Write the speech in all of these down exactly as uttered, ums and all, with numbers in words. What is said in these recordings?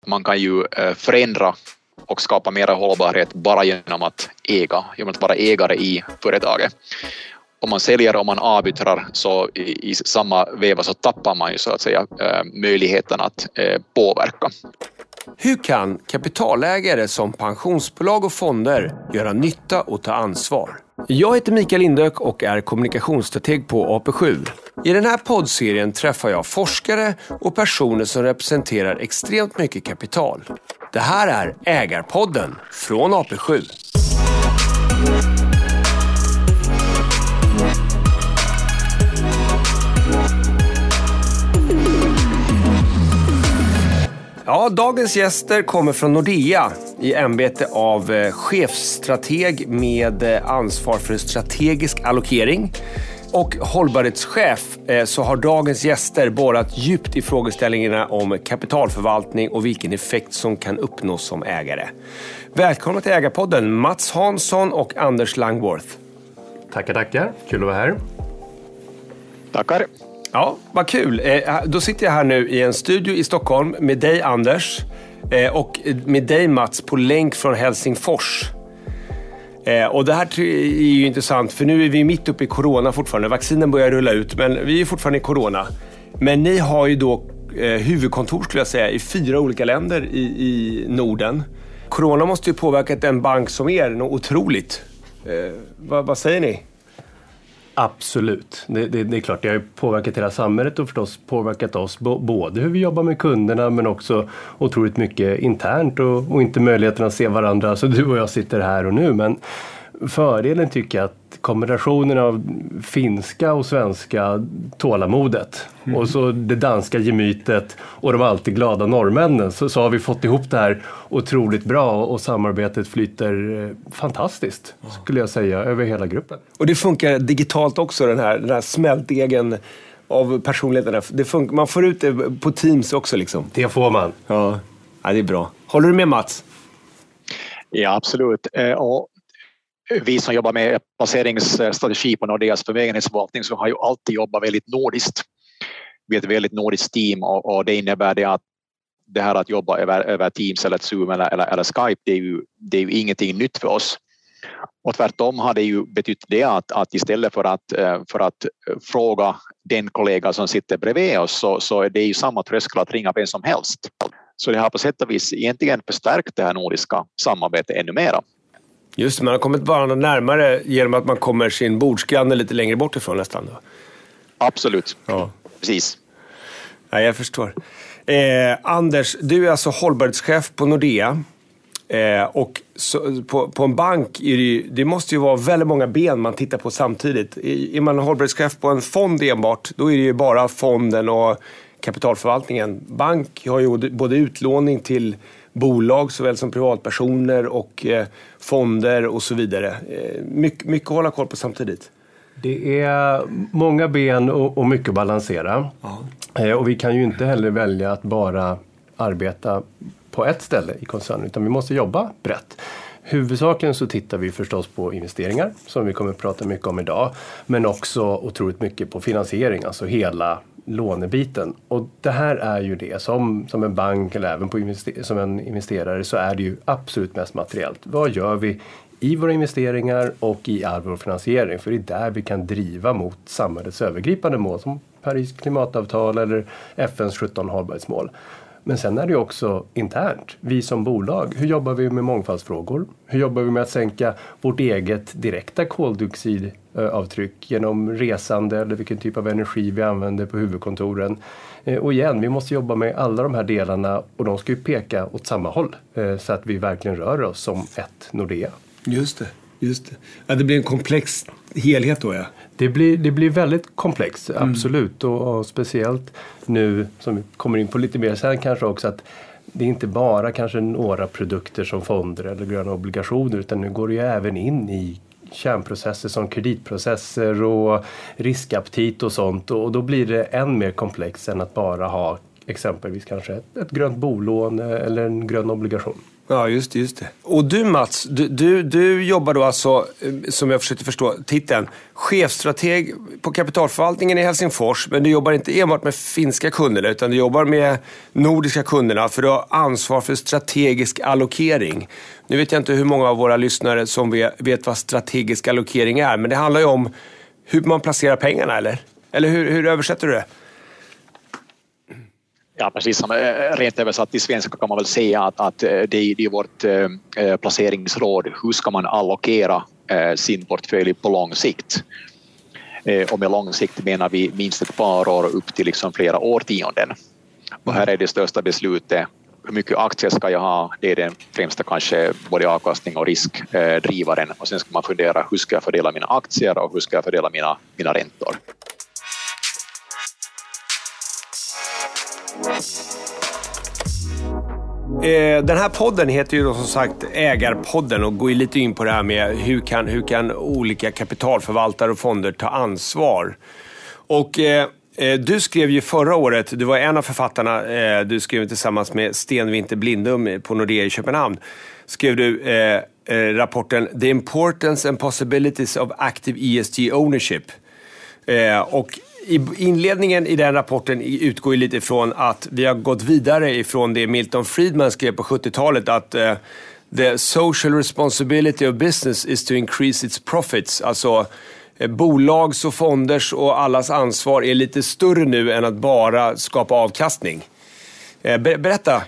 Man kan ju förändra och skapa mer hållbarhet bara genom att äga, genom att vara ägare i företaget. Om man säljer och man avyttrar så i, i samma veva så tappar man ju så att säga möjligheten att påverka. Hur kan kapitalägare som pensionsbolag och fonder göra nytta och ta ansvar? Jag heter Mikael Lindök och är kommunikationsstrateg på A P sju. I den här poddserien träffar jag forskare och personer som representerar extremt mycket kapital. Det här är Ägarpodden från A P sju. Ja, dagens gäster kommer från Nordea i ämbete av chefsstrateg med ansvar för strategisk allokering. Och hållbarhetschef så har dagens gäster borrat djupt i frågeställningarna om kapitalförvaltning och vilken effekt som kan uppnås som ägare. Välkomna till Ägarpodden Mats Hansson och Anders Langworth. Tackar, tackar. Kul att vara här. Tackar. Ja, vad kul. Då sitter jag här nu i en studio i Stockholm med dig Anders och med dig Mats på länk från Helsingfors. Och det här är ju intressant för nu är vi mitt uppe i corona fortfarande. Vaccinen börjar rulla ut men vi är fortfarande i corona. Men ni har ju då huvudkontor skulle jag säga i fyra olika länder i, i Norden. Corona måste ju påverkat en bank som er något otroligt. Eh, vad, vad säger ni? Absolut. Det, det, det är klart, det har påverkat hela samhället och förstås påverkat oss både hur vi jobbar med kunderna men också otroligt mycket internt och, och inte möjligheten att se varandra. Så du och jag sitter här och nu, men fördelen tycker jag att kombinationen av finska och svenska tålamodet mm. och så det danska gemytet och de alltid glada norrmännen så, så har vi fått ihop det här otroligt bra och samarbetet flyter fantastiskt skulle jag säga över hela gruppen. Och det funkar digitalt också den här, den här smältdegen av personligheterna. Det funkar, man får ut det på Teams också liksom. Det får man. Ja, ja det är bra. Håller du med Mats? Ja absolut. Och vi som jobbar med placeringsstrategi på Nordeas förmögenhetsförvaltning så har ju alltid jobbat väldigt nordiskt. Vi är ett väldigt nordiskt team och, och det innebär det att det här att jobba över, över Teams eller Zoom eller, eller, eller Skype det är, ju, det är ju ingenting nytt för oss. Och tvärtom har det ju betytt det att, att istället för att, för att fråga den kollega som sitter bredvid oss så, så är det ju samma tröskel att ringa vem som helst. Så det har på sätt och vis egentligen förstärkt det här nordiska samarbetet ännu mera. Just man har kommit varandra närmare genom att man kommer sin bordsgranne lite längre bort ifrån nästan då. Absolut, ja. Precis. Ja, jag förstår. Eh, Anders, du är alltså hållbarhetschef på Nordea. Eh, och så, på, på en bank är det, ju, det måste ju vara väldigt många ben man tittar på samtidigt. Är man hållbarhetschef på en fond enbart, då är det ju bara fonden och kapitalförvaltningen. Bank har ju både utlåning till bolag såväl som privatpersoner och eh, fonder och så vidare. Eh, mycket, mycket att hålla koll på samtidigt. Det är många ben och, och mycket att balansera. Eh, och vi kan ju inte heller välja att bara arbeta på ett ställe i koncernen utan vi måste jobba brett. Huvudsakligen så tittar vi förstås på investeringar som vi kommer att prata mycket om idag. Men också otroligt mycket på finansiering, alltså hela lånebiten. Och det här är ju det som, som en bank eller även på invester- som en investerare så är det ju absolut mest materiellt. Vad gör vi i våra investeringar och i all vår finansiering? För det är där vi kan driva mot samhällets övergripande mål som Paris klimatavtal eller F N:s sjutton hållbarhetsmål. Men sen är det också internt. Vi som bolag, hur jobbar vi med mångfaldsfrågor? Hur jobbar vi med att sänka vårt eget direkta koldioxidavtryck genom resande eller vilken typ av energi vi använder på huvudkontoren? Och igen, vi måste jobba med alla de här delarna och de ska ju peka åt samma håll så att vi verkligen rör oss som ett Nordea. Just det, just det. Ja, det blir en komplex helhet då, ja. Det blir, det blir väldigt komplext, absolut. Mm. Och, och speciellt nu som vi kommer in på lite mer sen kanske också att det är inte bara kanske några produkter som fonder eller gröna obligationer utan nu går det ju även in i kärnprocesser som kreditprocesser och riskaptit och sånt och då blir det än mer komplext än att bara ha exempelvis kanske ett, ett grönt bolån eller en grön obligation. Ja, just det, just det. Och du Mats, du, du, du jobbar då alltså, som jag försökte förstå titeln, chefstrateg på kapitalförvaltningen i Helsingfors, men du jobbar inte enbart med finska kunder utan du jobbar med nordiska kunderna för du har ansvar för strategisk allokering. Nu vet jag inte hur många av våra lyssnare som vet, vet vad strategisk allokering är, men det handlar ju om hur man placerar pengarna, eller? Eller hur, hur översätter du det? Ja, precis som rent översatt till svenska kan man väl säga att, att det är vårt eh, placeringsråd. Hur ska man allokera eh, sin portfölj på lång sikt? Eh, och med lång sikt menar vi minst ett par år upp till liksom flera årtionden. Och här är det största beslutet. Hur mycket aktier ska jag ha? Det är den främsta kanske både avkastning och riskdrivaren. Och sen ska man fundera hur ska jag fördela mina aktier och hur ska jag fördela mina, mina räntor. Den här podden heter ju då som sagt Ägarpodden och går ju lite in på det här med hur kan, hur kan olika kapitalförvaltare och fonder ta ansvar. Och eh, du skrev ju förra året, du var en av författarna, eh, du skrev tillsammans med Sten Winter Blindum på Nordea i Köpenhamn, skrev du eh, eh, rapporten The Importance and Possibilities of Active E S G Ownership. Eh, och i inledningen i den rapporten utgår ju lite ifrån att vi har gått vidare ifrån det Milton Friedman skrev på sjuttiotalet att uh, the social responsibility of business is to increase its profits. Alltså eh, bolags och fonders och allas ansvar är lite större nu än att bara skapa avkastning. Eh, ber- berätta.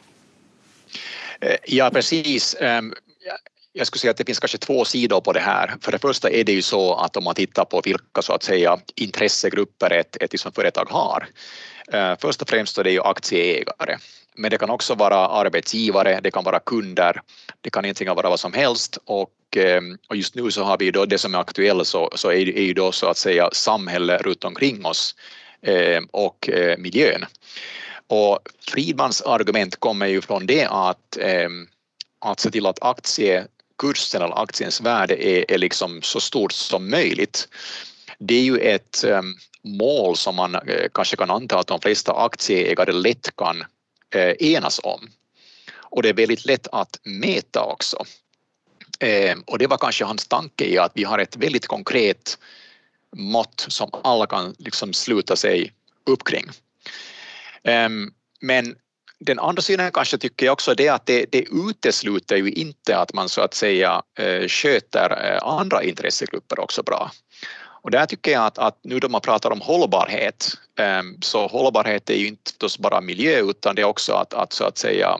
Ja, precis. Um... Jag skulle säga att det finns kanske två sidor på det här. För det första är det ju så att om man tittar på vilka så att säga intressegrupper ett, ett liksom företag har. Eh, först och främst är det ju aktieägare. Men det kan också vara arbetsgivare, det kan vara kunder, det kan egentligen vara vad som helst. Och, eh, och just nu så har vi då det som är aktuellt så, så är det är ju då så att säga samhälle runt omkring oss eh, och eh, miljön. Och Friedmans argument kommer ju från det att eh, att se till att aktiekursen eller aktiens värde är, är liksom så stort som möjligt. Det är ju ett um, mål som man eh, kanske kan anta att de flesta aktieägare lätt kan eh, enas om. Och det är väldigt lätt att mäta också. Eh, och det var kanske hans tanke i att vi har ett väldigt konkret mått som alla kan liksom sluta sig upp kring. Eh, men den andra sidan kanske tycker jag också det att det, det utesluter ju inte att man så att säga sköter andra intressegrupper också bra. Och där tycker jag att, att nu då man pratar om hållbarhet så hållbarhet är ju inte förstås bara miljö utan det är också att, att så att säga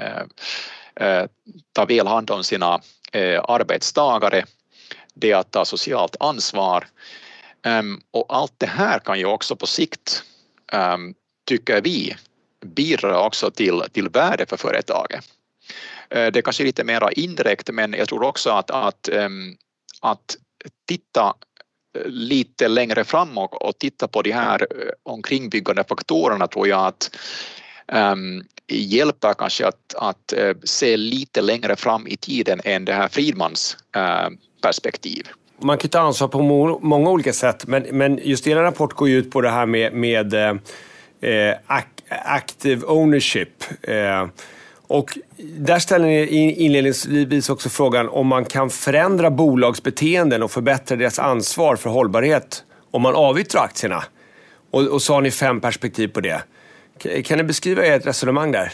ta väl hand om sina arbetstagare, det är att ta socialt ansvar och allt det här kan ju också på sikt tycker vi bidrar också till, till värde för företaget. Det är kanske lite mer indirekt men jag tror också att, att, att titta lite längre fram och, och titta på de här omkringbyggande faktorerna tror jag att um, hjälper kanske att, att uh, se lite längre fram i tiden än det här Friedmans uh, perspektiv. Man kan ta ansvar på må- många olika sätt men, men just er rapport går ju ut på det här med, med eh, active ownership. Eh, och där ställer ni inledningsvis också frågan om man kan förändra bolagsbeteenden och förbättra deras ansvar för hållbarhet om man avyttrar aktierna. Och, och så har ni fem perspektiv på det. Kan ni beskriva ert resonemang där?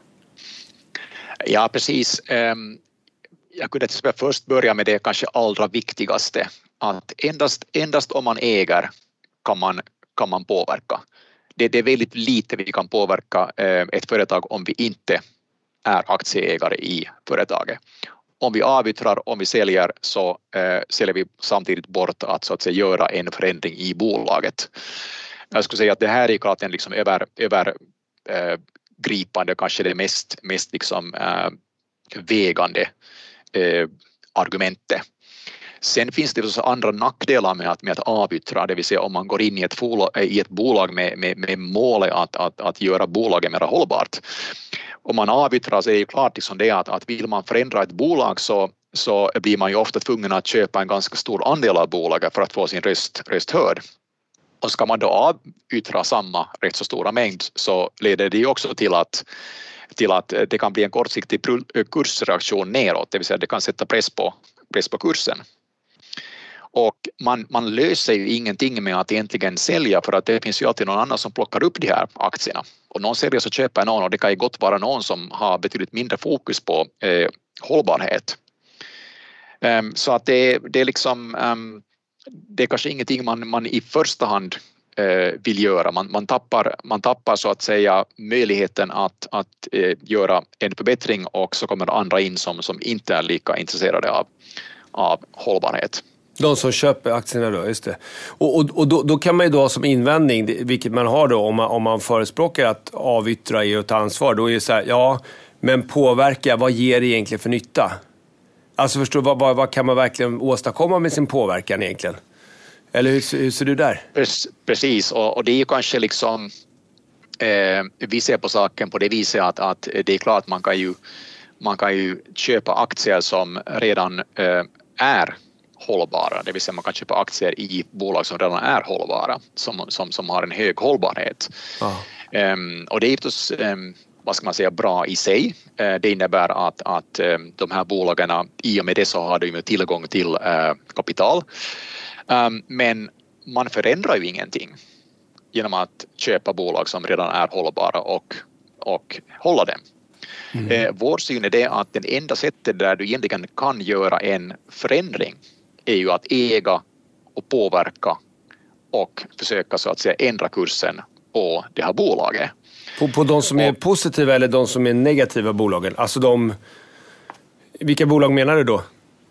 Ja, precis. Jag kunde först börja med det kanske allra viktigaste. Att endast, endast om man äger kan man, kan man påverka. Det, det är väldigt lite vi kan påverka ett företag om vi inte är aktieägare i företaget. Om vi avyttrar, om vi säljer så eh, säljer vi samtidigt bort att, så att säga, göra en förändring i bolaget. Jag skulle säga att det här är klart en liksom över, över eh, gripande, kanske det mest, mest liksom, eh, vägande eh, argumentet. Sen finns det också andra nackdelar med att, med att avyttra, det vill säga om man går in i ett, fola, i ett bolag med, med, med målet att, att, att göra bolaget mer hållbart. Om man avyttrar så är det klart liksom det att, att vill man förändra ett bolag så, så blir man ju ofta tvungen att köpa en ganska stor andel av bolaget för att få sin röst, röst hörd. Och ska man då avyttra samma rätt så stora mängd så leder det ju också till att, till att det kan bli en kortsiktig kursreaktion neråt, det vill säga det kan sätta press på, press på kursen. Och man, man löser ju ingenting med att egentligen sälja, för att det finns ju alltid någon annan som plockar upp de här aktierna. Och någon säljer så köper någon, och det kan ju gott vara någon som har betydligt mindre fokus på eh, hållbarhet. Um, så att det, det är liksom um, det är kanske ingenting man, man i första hand uh, vill göra. Man, man, tappar, man tappar så att säga möjligheten att, att uh, göra en förbättring, och så kommer andra in som, som inte är lika intresserade av, av hållbarhet. De som köper aktierna då, just det. Och, och, och då, då kan man ju då som invändning, vilket man har då om man, om man förespråkar att avyttra är att ta ansvar, då är det så här, ja, men påverka, vad ger det egentligen för nytta? Alltså förstår vad, vad, vad kan man verkligen åstadkomma med sin påverkan egentligen? Eller hur, hur ser du där? Precis, och, och det är ju kanske liksom eh, vi ser på saken på det viset att, att det är klart att man kan ju, man kan ju köpa aktier som redan eh, är hållbara, det vill säga man kan köpa aktier i bolag som redan är hållbara, som, som, som har en hög hållbarhet. Ah. Um, och det är förstås um, vad ska man säga, bra i sig. Uh, det innebär att, att um, de här bolagen, i och med det så har de tillgång till uh, kapital. Um, men man förändrar ju ingenting genom att köpa bolag som redan är hållbara och, och hålla dem. Mm. Uh, vår syn är det att den enda sättet där du egentligen kan göra en förändring är ju att äga och påverka och försöka så att säga ändra kursen på det här bolaget. På, på de som är och, positiva eller de som är negativa bolagen? Alltså de, vilka bolag menar du då?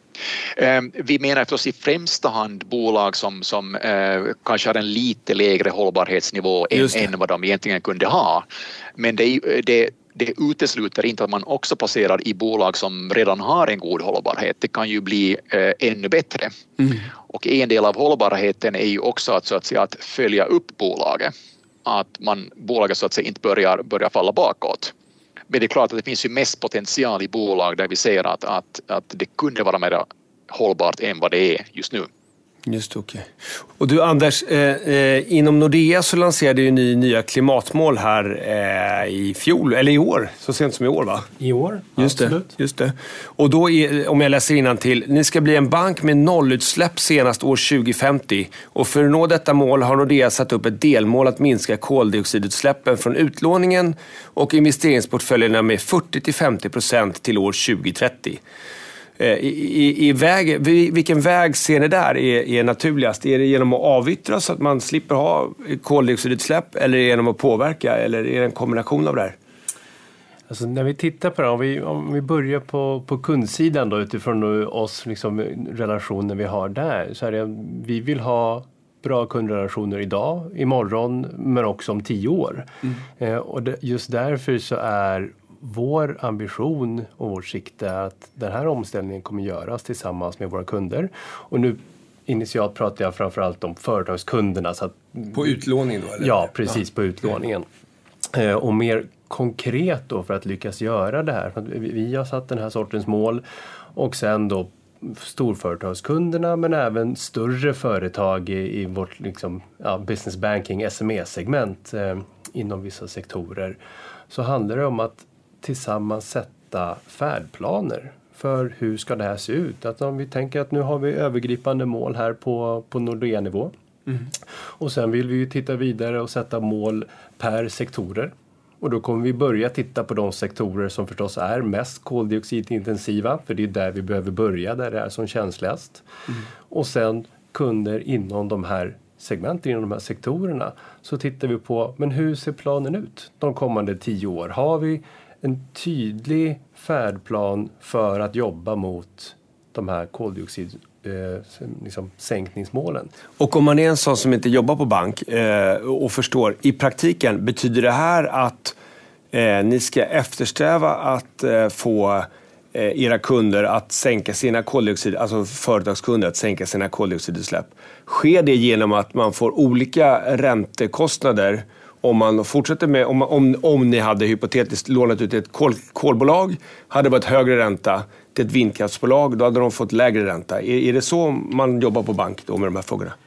Eh, vi menar förstås i främsta hand bolag som, som eh, kanske har en lite lägre hållbarhetsnivå än, än vad de egentligen kunde ha. Men det, det Det utesluter inte att man också placerar i bolag som redan har en god hållbarhet. Det kan ju bli eh, ännu bättre. Mm. Och en del av hållbarheten är ju också att, så att, säga, att följa upp bolaget. Att man, bolaget så att säga, inte börjar, börjar falla bakåt. Men det är klart att det finns ju mest potential i bolag där vi ser att, att, att det kunde vara mer hållbart än vad det är just nu. Just okej. Okay. Och du Anders, eh, eh, inom Nordea så lanserade ju ni nya klimatmål här eh, i fjol, eller i år, så sent som i år va? I år, just absolut. Det, just det. Och då, är, om jag läser innantill, ni ska bli en bank med nollutsläpp senast år tjugo femtio. Och för att nå detta mål har Nordea satt upp ett delmål att minska koldioxidutsläppen från utlåningen och investeringsportföljerna med fyrtio till femtio procent till år tjugo trettio. I, i, i väg, vilken väg ser ni där är, är naturligast? Är det genom att avyttra så att man slipper ha koldioxidutsläpp, eller är det genom att påverka, eller är det en kombination av det här? Alltså när vi tittar på det, om vi, om vi börjar på, på kundsidan då, utifrån oss liksom, relationer vi har där, så är det, vi vill ha bra kundrelationer idag, imorgon, men också om tio år. Mm. Eh, och det, just därför så är vår ambition och vår sikte är att den här omställningen kommer göras tillsammans med våra kunder. Och nu initialt pratar jag framförallt om företagskunderna. Så att, på utlåning då? Eller? Ja, precis, på utlåningen. Eh, och mer konkret då för att lyckas göra det här. För att vi, vi har satt den här sortens mål, och sen då storföretagskunderna, men även större företag i, i vårt liksom, ja, business banking, S M E-segment eh, inom vissa sektorer. Så handlar det om att tillsammans sätta färdplaner för hur ska det här se ut. Att om vi tänker att nu har vi övergripande mål här på, på Nordea-nivå. Mm. Och sen vill vi ju titta vidare och sätta mål per sektorer. Och då kommer vi börja titta på de sektorer som förstås är mest koldioxidintensiva. För det är där vi behöver börja, där det är som känsligast. Mm. Och sen kunder inom de här segmenten, inom de här sektorerna. Så tittar vi på, men hur ser planen ut de kommande tio år? Har vi en tydlig färdplan för att jobba mot de här koldioxid eh, liksom sänkningsmålen? Och om man är en sån som inte jobbar på bank eh, och förstår, i praktiken betyder det här att eh, ni ska eftersträva att eh, få eh, era kunder att sänka sina koldioxid, alltså företagskunder att sänka sina koldioxidutsläpp? Sker det genom att man får olika räntekostnader? Om man fortsätter med, om, om, om ni hade hypotetiskt lånat ut ett kol, kolbolag, hade varit högre ränta till ett vindkraftsbolag, då hade de fått lägre ränta. Är, är det så man jobbar på bank då med de här frågorna?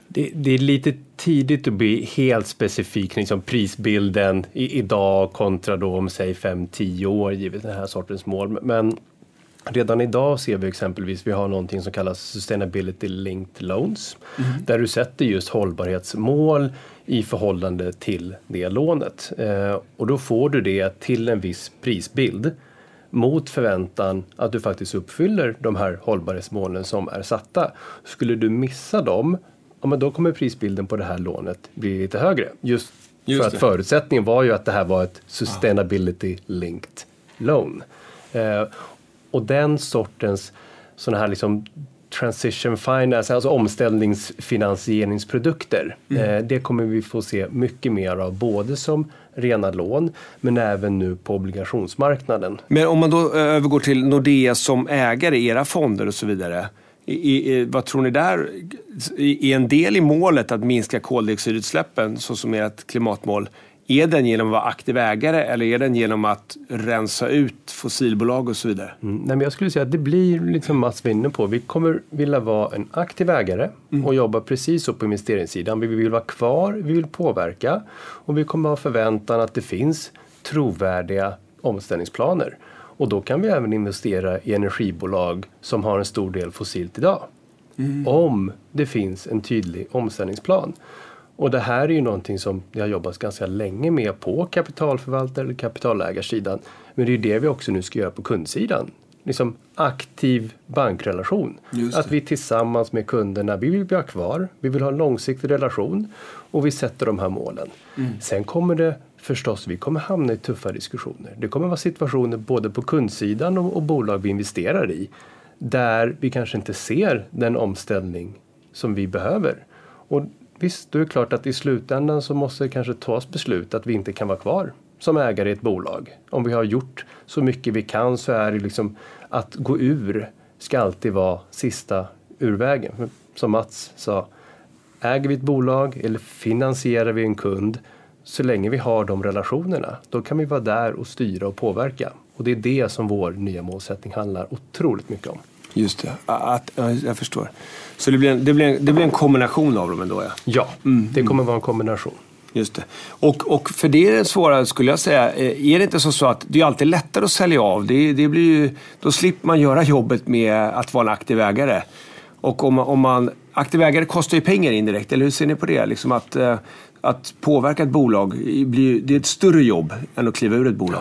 Det, det är lite tidigt att bli helt specifik, liksom prisbilden i, idag kontra då om säg fem till tio år givet den här sortens mål. Men redan idag ser vi exempelvis, vi har någonting som kallas Sustainability Linked Loans. Mm. Där du sätter just hållbarhetsmål i förhållande till det lånet. Eh, och då får du det till en viss prisbild mot förväntan att du faktiskt uppfyller de här hållbarhetsmålen som är satta. Skulle du missa dem, ja, men då kommer prisbilden på det här lånet bli lite högre. Just, just för att det. Förutsättningen var ju att det här var ett Sustainability Linked Loan. Eh, och den sortens sådana här liksom transition finance, alltså omställningsfinansieringsprodukter. Mm. Eh, det kommer vi få se mycket mer av, både som rena lån men även nu på obligationsmarknaden. Men om man då övergår till Nordea som ägare i era fonder och så vidare, i, i, vad tror ni där? Är en del i målet att minska koldioxidutsläppen så som är ett klimatmål? Är den genom att vara aktiv ägare eller är den genom att rensa ut fossilbolag och så vidare? Mm, nej, men jag skulle säga att det blir liksom Mats var inne på. Vi kommer vilja vara en aktiv ägare mm. och jobba precis så på investeringssidan. Vi vill vara kvar, vi vill påverka och vi kommer ha förväntan att det finns trovärdiga omställningsplaner. Och då kan vi även investera i energibolag som har en stor del fossilt idag. Mm. Om det finns en tydlig omställningsplan. Och det här är ju någonting som jag har jobbat ganska länge med på kapitalförvaltare eller kapitalägarsidan. Men det är ju det vi också nu ska göra på kundsidan. Liksom aktiv bankrelation. Att vi tillsammans med kunderna, vi vill vara kvar, vi vill ha en långsiktig relation och vi sätter de här målen. Mm. Sen kommer det förstås, vi kommer hamna i tuffa diskussioner. Det kommer vara situationer både på kundsidan och, och bolag vi investerar i. Där vi kanske inte ser den omställning som vi behöver. Och visst, då är det klart att i slutändan så måste det kanske tas beslut att vi inte kan vara kvar som ägare i ett bolag. Om vi har gjort så mycket vi kan så är det liksom att gå ur ska alltid vara sista urvägen. Som Mats sa, äger vi ett bolag eller finansierar vi en kund, så länge vi har de relationerna, då kan vi vara där och styra och påverka. Och det är det som vår nya målsättning handlar otroligt mycket om. Just det, att, jag förstår. Så det blir, en, det, blir en, det blir en kombination av dem ändå, ja? Ja, mm. det kommer vara en kombination. Just det. Och, och för det är det svåra, skulle jag säga, är det inte så, så att det är alltid lättare att sälja av? Det, det blir ju, då slipper man göra jobbet med att vara en aktiv ägare. Och om man, om man aktiv ägare kostar ju pengar indirekt, eller hur ser ni på det? Liksom att, att påverka ett bolag, blir, det är ett större jobb än att kliva ur ett bolag.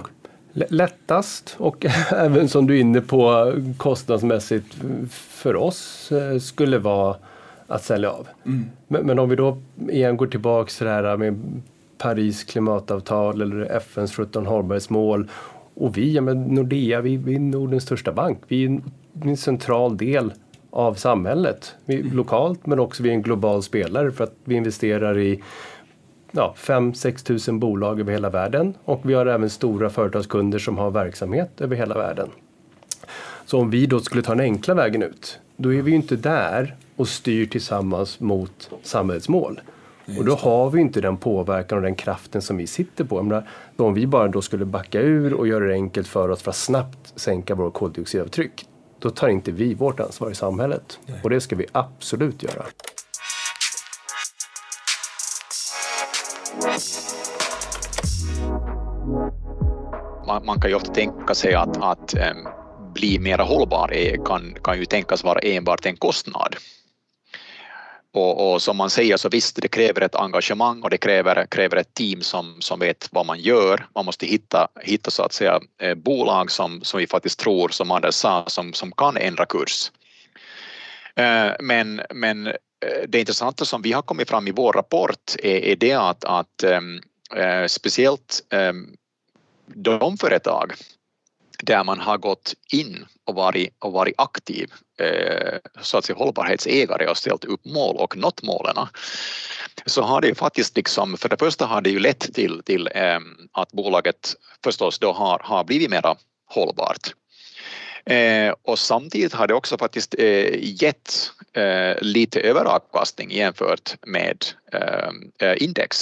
Lättast och även som du är inne på kostnadsmässigt för oss skulle vara att sälja av. Mm. Men, men om vi då igen går tillbaka till det här med Paris klimatavtal eller F N:s sjutton hållbarhetsmål och vi, ja, men Nordea, vi, vi är Nordens största bank. Vi är en, en central del av samhället. Vi, mm. Lokalt men också vi är en global spelare för att vi investerar i ja, fem till sex tusen bolag över hela världen och vi har även stora företagskunder som har verksamhet över hela världen. Så om vi då skulle ta den enkla vägen ut, då är vi ju inte där och styr tillsammans mot samhällsmål. Och då har vi inte den påverkan och den kraften som vi sitter på. Menar, om vi bara då skulle backa ur och göra det enkelt för oss för att snabbt sänka vår koldioxidavtryck, då tar inte vi vårt ansvar i samhället. Nej. Och det ska vi absolut göra. Man, man kan ju ofta tänka sig att, att äm, bli mer hållbar är, kan, kan ju tänkas vara enbart en kostnad. Och, och som man säger så visst, det kräver ett engagemang och det kräver, kräver ett team som, som vet vad man gör. Man måste hitta, hitta så att säga eh, bolag som, som vi faktiskt tror, som Anders sa, som, som kan ändra kurs. Eh, men, men det intressanta som vi har kommit fram i vår rapport är, är det att, att eh, speciellt eh, de företag där man har gått in och varit, och varit aktiv eh, så att säga hållbarhetsägare och ställt upp mål och nått målen, så har det faktiskt liksom, för det första har det ju lett till, till eh, att bolaget förstås då har, har blivit mera hållbart. Eh, och samtidigt har det också faktiskt eh, gett eh, lite överavkastning jämfört med eh, index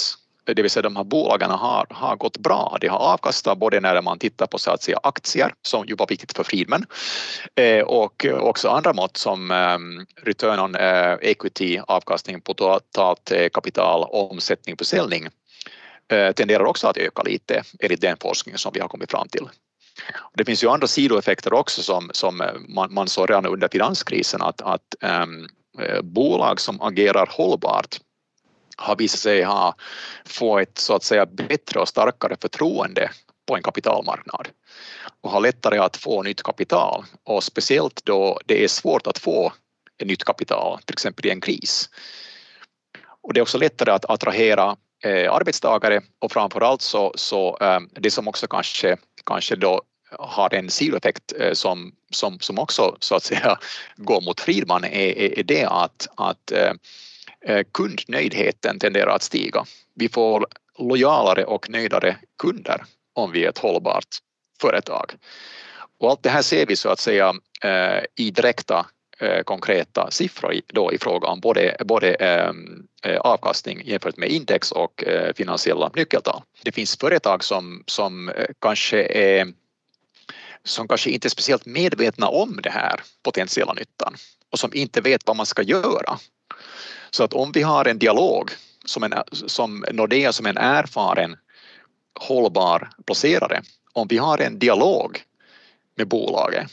det vill säga de här bolagen har, har gått bra. Det har avkastat både när man tittar på så att säga aktier, som ju var viktigt för Friedman, eh, och också andra mått som eh, return on eh, equity, avkastning på totalt eh, kapital, omsättning, försäljning, eh, tenderar också att öka lite enligt den forskning som vi har kommit fram till. Det finns ju andra sidoeffekter också som, som man, man såg redan under finanskrisen, att, att um, bolag som agerar hållbart har visat sig ha få ett så att säga bättre och starkare förtroende på en kapitalmarknad och har lättare att få nytt kapital, och speciellt då det är svårt att få ett nytt kapital, till exempel i en kris. Och det är också lättare att attrahera eh, arbetstagare, och framförallt så, så eh, det som också kanske, kanske då har en sidoeffekt eh, som, som, som också så att säga går mot Friedman är, är, är det att, att eh, kundnöjdheten tenderar att stiga. Vi får lojalare och nöjdare kunder om vi är ett hållbart företag. Och allt det här ser vi så att säga eh, i direkta eh, konkreta siffror då i fråga om både, både eh, avkastning jämfört med index och eh, finansiella nyckeltal. Det finns företag som, som eh, kanske är som kanske inte är speciellt medvetna om det här potentiella nyttan och som inte vet vad man ska göra. Så att om vi har en dialog som, en, som Nordea som en erfaren hållbar placerare, om vi har en dialog med bolaget,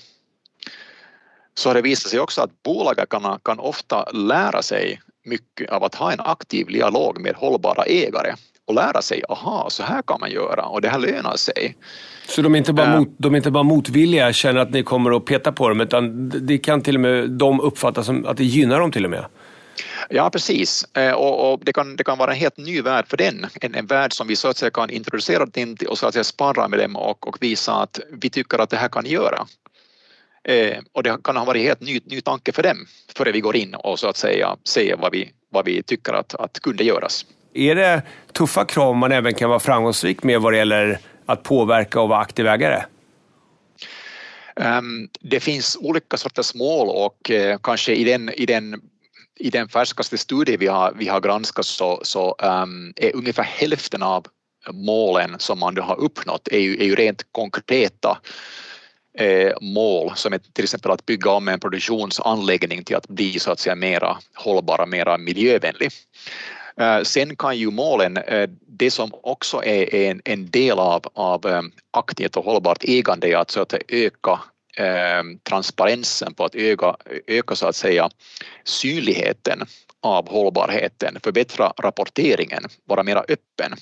så har det visat sig också att bolaget kan, kan ofta lära sig mycket av att ha en aktiv dialog med hållbara ägare och lära sig, aha, så här kan man göra och det här lönar sig. Så de är inte bara, mot, de är inte bara motvilliga, känner att ni kommer att peta på dem, utan det kan till och med de uppfatta som att det gynnar dem till och med? Ja, precis. Och, och det, kan, det kan vara en helt ny värld för den. En, en värld som vi så att säga kan introducera den till och så att säga sparra med dem och, och visa att vi tycker att det här kan göra. Eh, och det kan ha varit en helt ny, ny tanke för dem före vi går in och så att säga se vad vi, vad vi tycker att, att kunde göras. Är det tuffa krav man även kan vara framgångsrik med vad det gäller att påverka och vara aktiv ägare? Um, det finns olika sorters mål och uh, kanske i den, i den I den färskaste studie vi har, vi har granskat så, så um, är ungefär hälften av målen som man har uppnått är ju, är ju rent konkreta eh, mål, som är till exempel att bygga om en produktionsanläggning till att bli så att säga mera hållbara, mera miljövänlig. Eh, sen kan ju målen, eh, det som också är, är en, en del av, av um, aktivt och hållbart ägande är att, så att öka Eh, transparensen, på att öka, öka så att säga synligheten av hållbarheten, förbättra rapporteringen, vara mera öppen.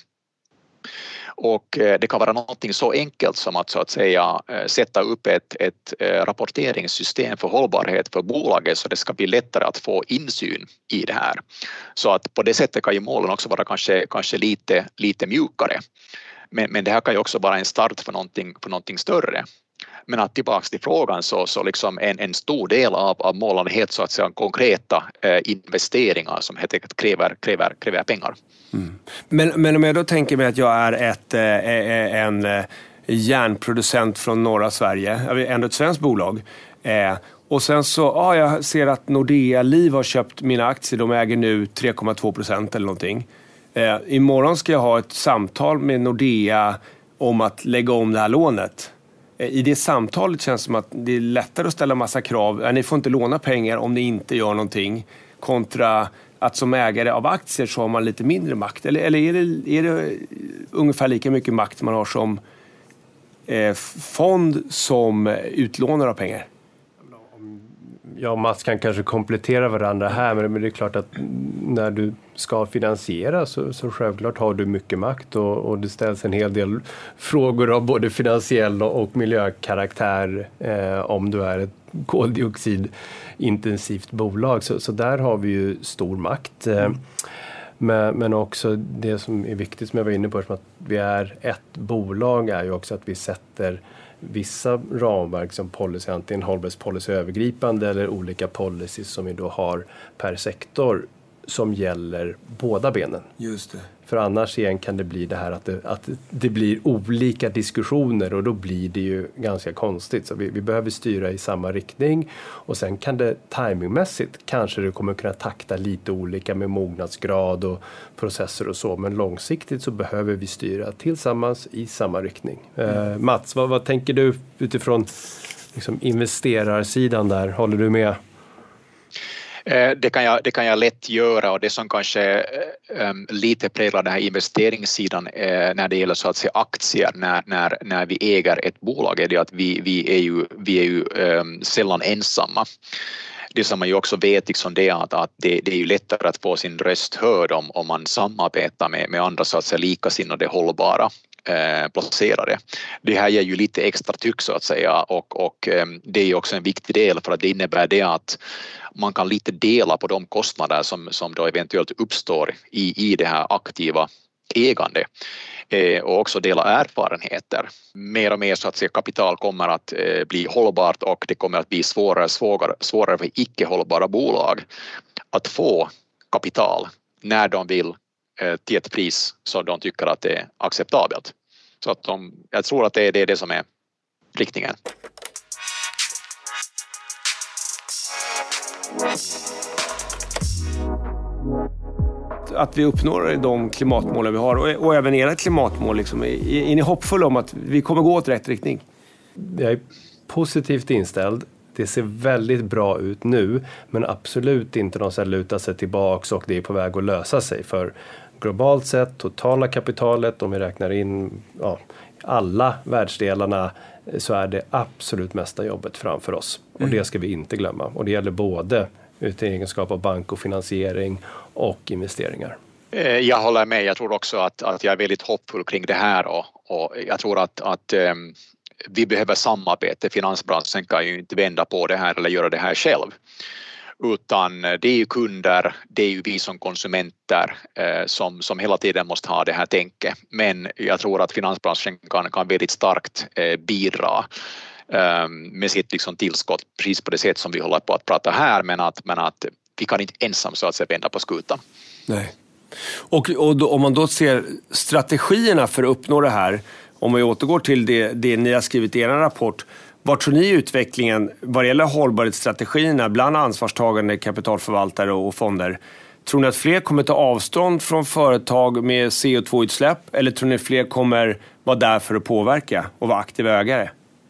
Och eh, det kan vara något så enkelt som att så att säga eh, sätta upp ett, ett eh, rapporteringssystem för hållbarhet för bolaget, så det ska bli lättare att få insyn i det här. Så att på det sättet kan ju målen också vara kanske, kanske lite, lite mjukare. Men, men det här kan ju också vara en start för någonting, för någonting större. Men att tillbaka till frågan, så, så liksom en, en stor del av, av målen är helt så att säga konkreta eh, investeringar som helt enkelt kräver, kräver, kräver pengar. Mm. Men, men om jag då tänker mig att jag är ett, eh, en eh, järnproducent från norra Sverige, ändå ett svenskt bolag, eh, och sen så, ja, jag ser att Nordea Liv har köpt mina aktier, de äger nu tre komma två procent eller någonting. Eh, imorgon ska jag ha ett samtal med Nordea om att lägga om det här lånet. I det samtalet känns det som att det är lättare att ställa massa krav. Ni får inte låna pengar om ni inte gör någonting. Kontra att som ägare av aktier så har man lite mindre makt. Eller, eller är, det, är det ungefär lika mycket makt man har som eh, fond som utlånar av pengar? Ja, Mats kan kanske komplettera varandra här, men det är klart att när du ska finansiera så, så självklart har du mycket makt, och, och det ställs en hel del frågor av både finansiell och miljökaraktär eh, om du är ett koldioxidintensivt bolag. Så, så där har vi ju stor makt. Mm. Men, men också det som är viktigt, som jag var inne på, som att vi är ett bolag, är ju också att vi sätter vissa ramverk som policy, antingen hållbarhetspolicy övergripande eller olika policies som vi då har per sektor som gäller båda benen. Just det. För annars igen kan det bli det här att det, att det blir olika diskussioner och då blir det ju ganska konstigt. Så vi, vi behöver styra i samma riktning och sen kan det timingmässigt kanske det kommer kunna takta lite olika med mognadsgrad och processer och så. Men långsiktigt så behöver vi styra tillsammans i samma riktning. Eh, Mats, vad, vad tänker du utifrån liksom, investerarsidan där? Håller du med? Det kan, jag, det kan jag lätt göra och det som kanske um, lite präglar den här investeringssidan eh, när det gäller så att säga aktier när, när, när vi äger ett bolag är det att vi, vi är ju, vi är ju um, sällan ensamma. Det som man ju också vet liksom det är att, att det, det är ju lättare att få sin röst hörd om, om man samarbetar med, med andra så att säga likasinnade hållbara eh, placerare. Det här ger ju lite extra tryck så att säga och, och eh, det är ju också en viktig del för att det innebär det att man kan lite dela på de kostnader som, som då eventuellt uppstår i, i det här aktiva ägande eh, och också dela erfarenheter. Mer och mer så att säga kapital kommer att eh, bli hållbart och det kommer att bli svårare, svårare, svårare för icke hållbara bolag att få kapital när de vill eh, till ett pris som de tycker att det är acceptabelt. Så att de, jag tror att det är det, det som är riktningen. Att vi uppnår de klimatmålen vi har och, och även era klimatmål. Liksom, är, är ni hoppfulla om att vi kommer gå åt rätt riktning? Jag är positivt inställd. Det ser väldigt bra ut nu men absolut inte någon som lutar sig tillbaka och det är på väg att lösa sig. För globalt sett, totala kapitalet, om vi räknar in ja, alla världsdelarna så är det absolut mesta jobbet framför oss. Och det ska vi inte glömma. Och det gäller både ut i egenskap av bank och finansiering och investeringar. Jag håller med. Jag tror också att, att jag är väldigt hoppfull kring det här och, och jag tror att, att um, vi behöver samarbete. Finansbranschen kan ju inte vända på det här eller göra det här själv. Utan det är ju kunder, det är ju vi som konsumenter eh, som, som hela tiden måste ha det här tänket. Men jag tror att finansbranschen kan, kan väldigt starkt eh, bidra eh, med sitt liksom, tillskott precis på det sätt som vi håller på att prata här. Men att, men att vi kan inte ensam så att säga vända på skutan. Nej. Och, och då, om man då ser strategierna för att uppnå det här, om vi återgår till det, det ni har skrivit i er rapport, vad tror ni utvecklingen vad det gäller hållbarhetsstrategierna bland ansvarstagande kapitalförvaltare och fonder? Tror ni att fler kommer ta avstånd från företag med C O två utsläpp eller tror ni fler kommer vara där för att påverka och vara aktiva ägare?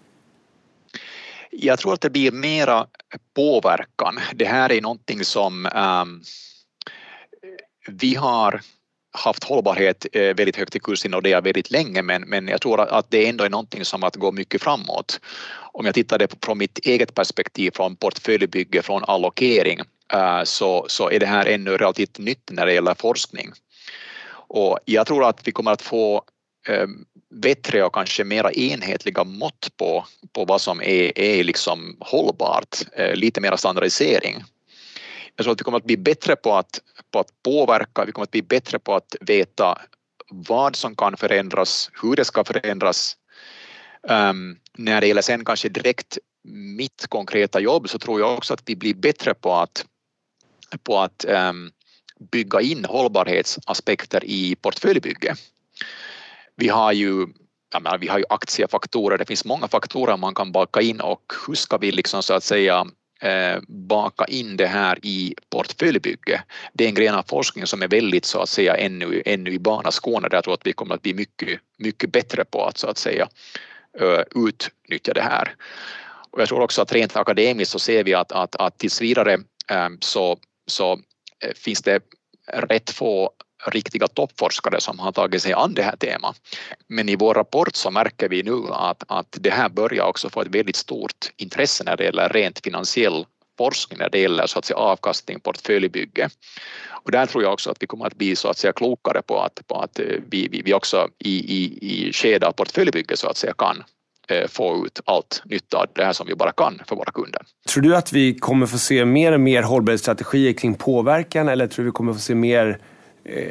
Jag tror att det blir mera påverkan. Det här är någonting som um, vi har haft hållbarhet väldigt högt i kursen och det är väldigt länge men, men jag tror att det ändå är någonting som att gå mycket framåt. Om jag tittar det från mitt eget perspektiv från portföljbygge, från allokering så, så är det här ännu relativt nytt när det gäller forskning. Och jag tror att vi kommer att få bättre och kanske mera enhetliga mått på, på vad som är, är liksom hållbart, lite mer standardisering. Jag tror att vi kommer att bli bättre på att, på att påverka, vi kommer att bli bättre på att veta vad som kan förändras, hur det ska förändras. Um, när det gäller sen kanske direkt mitt konkreta jobb så tror jag också att vi blir bättre på att, på att um, bygga in hållbarhetsaspekter i portföljbygge. Vi har ju Jag menar, vi har ju aktiefaktorer, det finns många faktorer man kan baka in och hur ska vi liksom så att säga eh, baka in det här i portföljbygge. Det är en gren av forskning som är väldigt så att säga ännu, ännu i barnaskåne där jag tror att vi kommer att bli mycket, mycket bättre på att så att säga uh, utnyttja det här. Och jag tror också att rent akademiskt så ser vi att, att, att tills vidare um, så, så finns det rätt få riktiga toppforskare som har tagit sig an det här temat. Men i vår rapport så märker vi nu att, att det här börjar också få ett väldigt stort intresse när det gäller rent finansiell forskning, när det gäller så att säga avkastning, portföljbygge. Och där tror jag också att vi kommer att bli så att säga klokare på att, på att vi, vi, vi också i, i, i skede av portföljbygge så att säga kan eh, få ut allt nytta av det här som vi bara kan för våra kunder. Tror du att vi kommer få se mer och mer hållbarhetsstrategier kring påverkan eller tror du vi kommer få se mer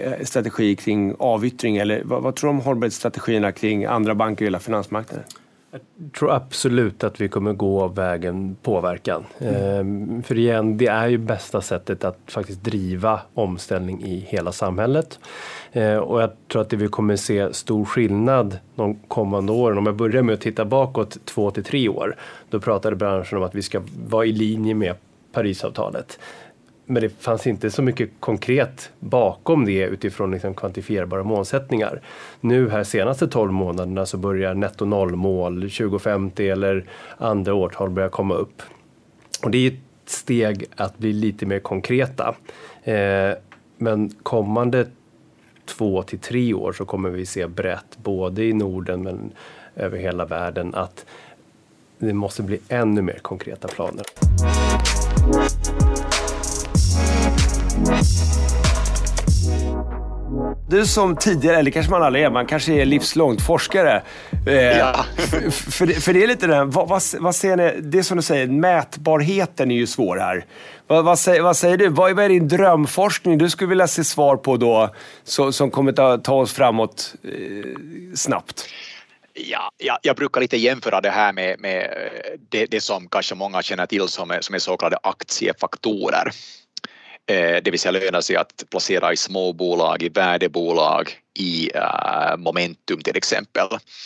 strategi kring avyttring eller vad, vad tror du om hållbarhetsstrategierna kring andra banker i hela finansmarknaden? Jag tror absolut att vi kommer gå vägen påverkan. Mm. Ehm, för igen, det är ju bästa sättet att faktiskt driva omställning i hela samhället. Ehm, och jag tror att det vi kommer se stor skillnad de kommande åren. Om jag börjar med att titta bakåt två till tre år, då pratade branschen om att vi ska vara i linje med Parisavtalet. Men det fanns inte så mycket konkret bakom det utifrån liksom kvantifierbara målsättningar. Nu här senaste tolv månaderna så börjar netto nollmål, tjugo femtio eller andra årtal börjar komma upp. Och det är ett steg att bli lite mer konkreta. Eh, men kommande två till tre år så kommer vi se brett både i Norden men över hela världen att det måste bli ännu mer konkreta planer. Du som tidigare, eller kanske man aldrig är, man kanske är livslångt forskare. Eh, ja. för, det, för det är lite det, vad, vad, vad säger ni, det är som du säger, mätbarheten är ju svår här. Vad, vad, säger, vad säger du, vad är din drömforskning du skulle vilja se svar på då, så, som kommer ta, ta oss framåt eh, snabbt? Ja, jag, jag brukar lite jämföra det här med, med det, det som kanske många känner till som är, som är så kallade aktiefaktorer. Det vill säga lönar sig att placera i små bolag, i värdebolag, i uh, momentum till exempel.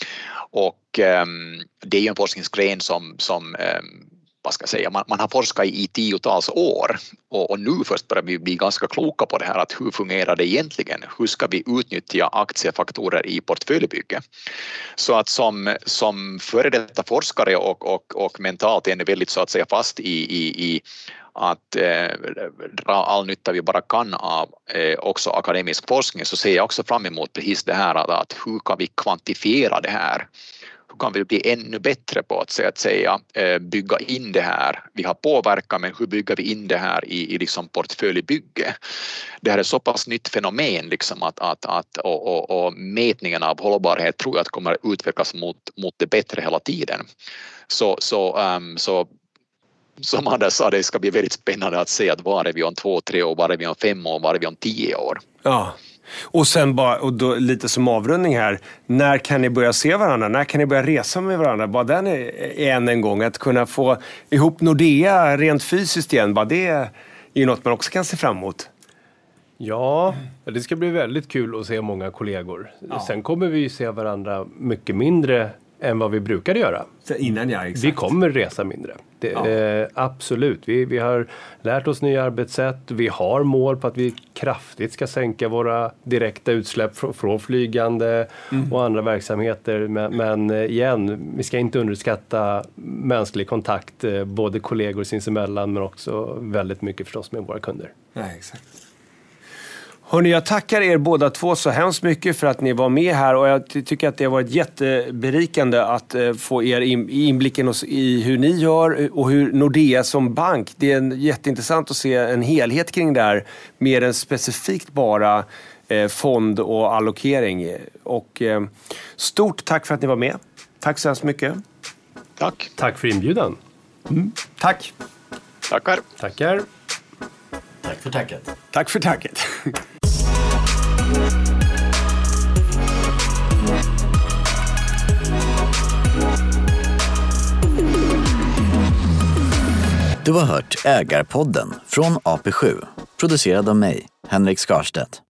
Och um, det är ju en forskningsgren som, som um, vad ska jag säga, man, man har forskat i, i tiotals år. Och, och nu först börjar vi bli ganska kloka på det här, att hur fungerar det egentligen? Hur ska vi utnyttja aktiefaktorer i portföljbygge? Så att som, som före detta forskare och, och, och mentalt är väldigt så att säga fast i, i, i att eh, dra all nytta vi bara kan av eh, också akademisk forskning, så ser jag också fram emot precis det här att, att hur kan vi kvantifiera det här? Hur kan vi bli ännu bättre på att, så att säga eh, bygga in det här? Vi har påverkat, men hur bygger vi in det här i, i liksom portföljbygge? Det här är så pass nytt fenomen liksom att, att, att, och, och, och mätningen av hållbarhet tror jag att kommer att utvecklas mot, mot det bättre hela tiden. Så, så, um, så som Anders sa, det ska bli väldigt spännande att se att var är vi om två, tre år, var är vi om fem år, var är vi om tio år. Ja, och sen bara, och då, lite som avrundning här, när kan ni börja se varandra? När kan ni börja resa med varandra? Bara den är en en gång, att kunna få ihop Nordea rent fysiskt igen, bara det är ju något man också kan se fram emot. Ja, det ska bli väldigt kul att se många kollegor. Ja. Sen kommer vi ju se varandra mycket mindre än vad vi brukade göra. Så innan jag, exakt. Vi kommer resa mindre. Det, ja. eh, absolut. Vi, vi har lärt oss nya arbetssätt. Vi har mål på att vi kraftigt ska sänka våra direkta utsläpp från, från flygande mm. och andra verksamheter. Men, men igen, vi ska inte underskatta mänsklig kontakt, eh, både kollegor sinsemellan men också väldigt mycket förstås med våra kunder. Nej, exakt. Hörrni, jag tackar er båda två så hemskt mycket för att ni var med här, och jag tycker att det har varit jätteberikande att få er inblicken i hur ni gör och hur Nordea som bank. Det är jätteintressant att se en helhet kring det här, mer än specifikt bara fond och allokering. Och stort tack för att ni var med. Tack så hemskt mycket. Tack. Tack för inbjudan. Mm. Tack. Tackar. Tackar. Tack för tacket. Tack för tacket. Du har hört Ägarpodden från A P sju, producerad av mig, Henrik Skarstedt.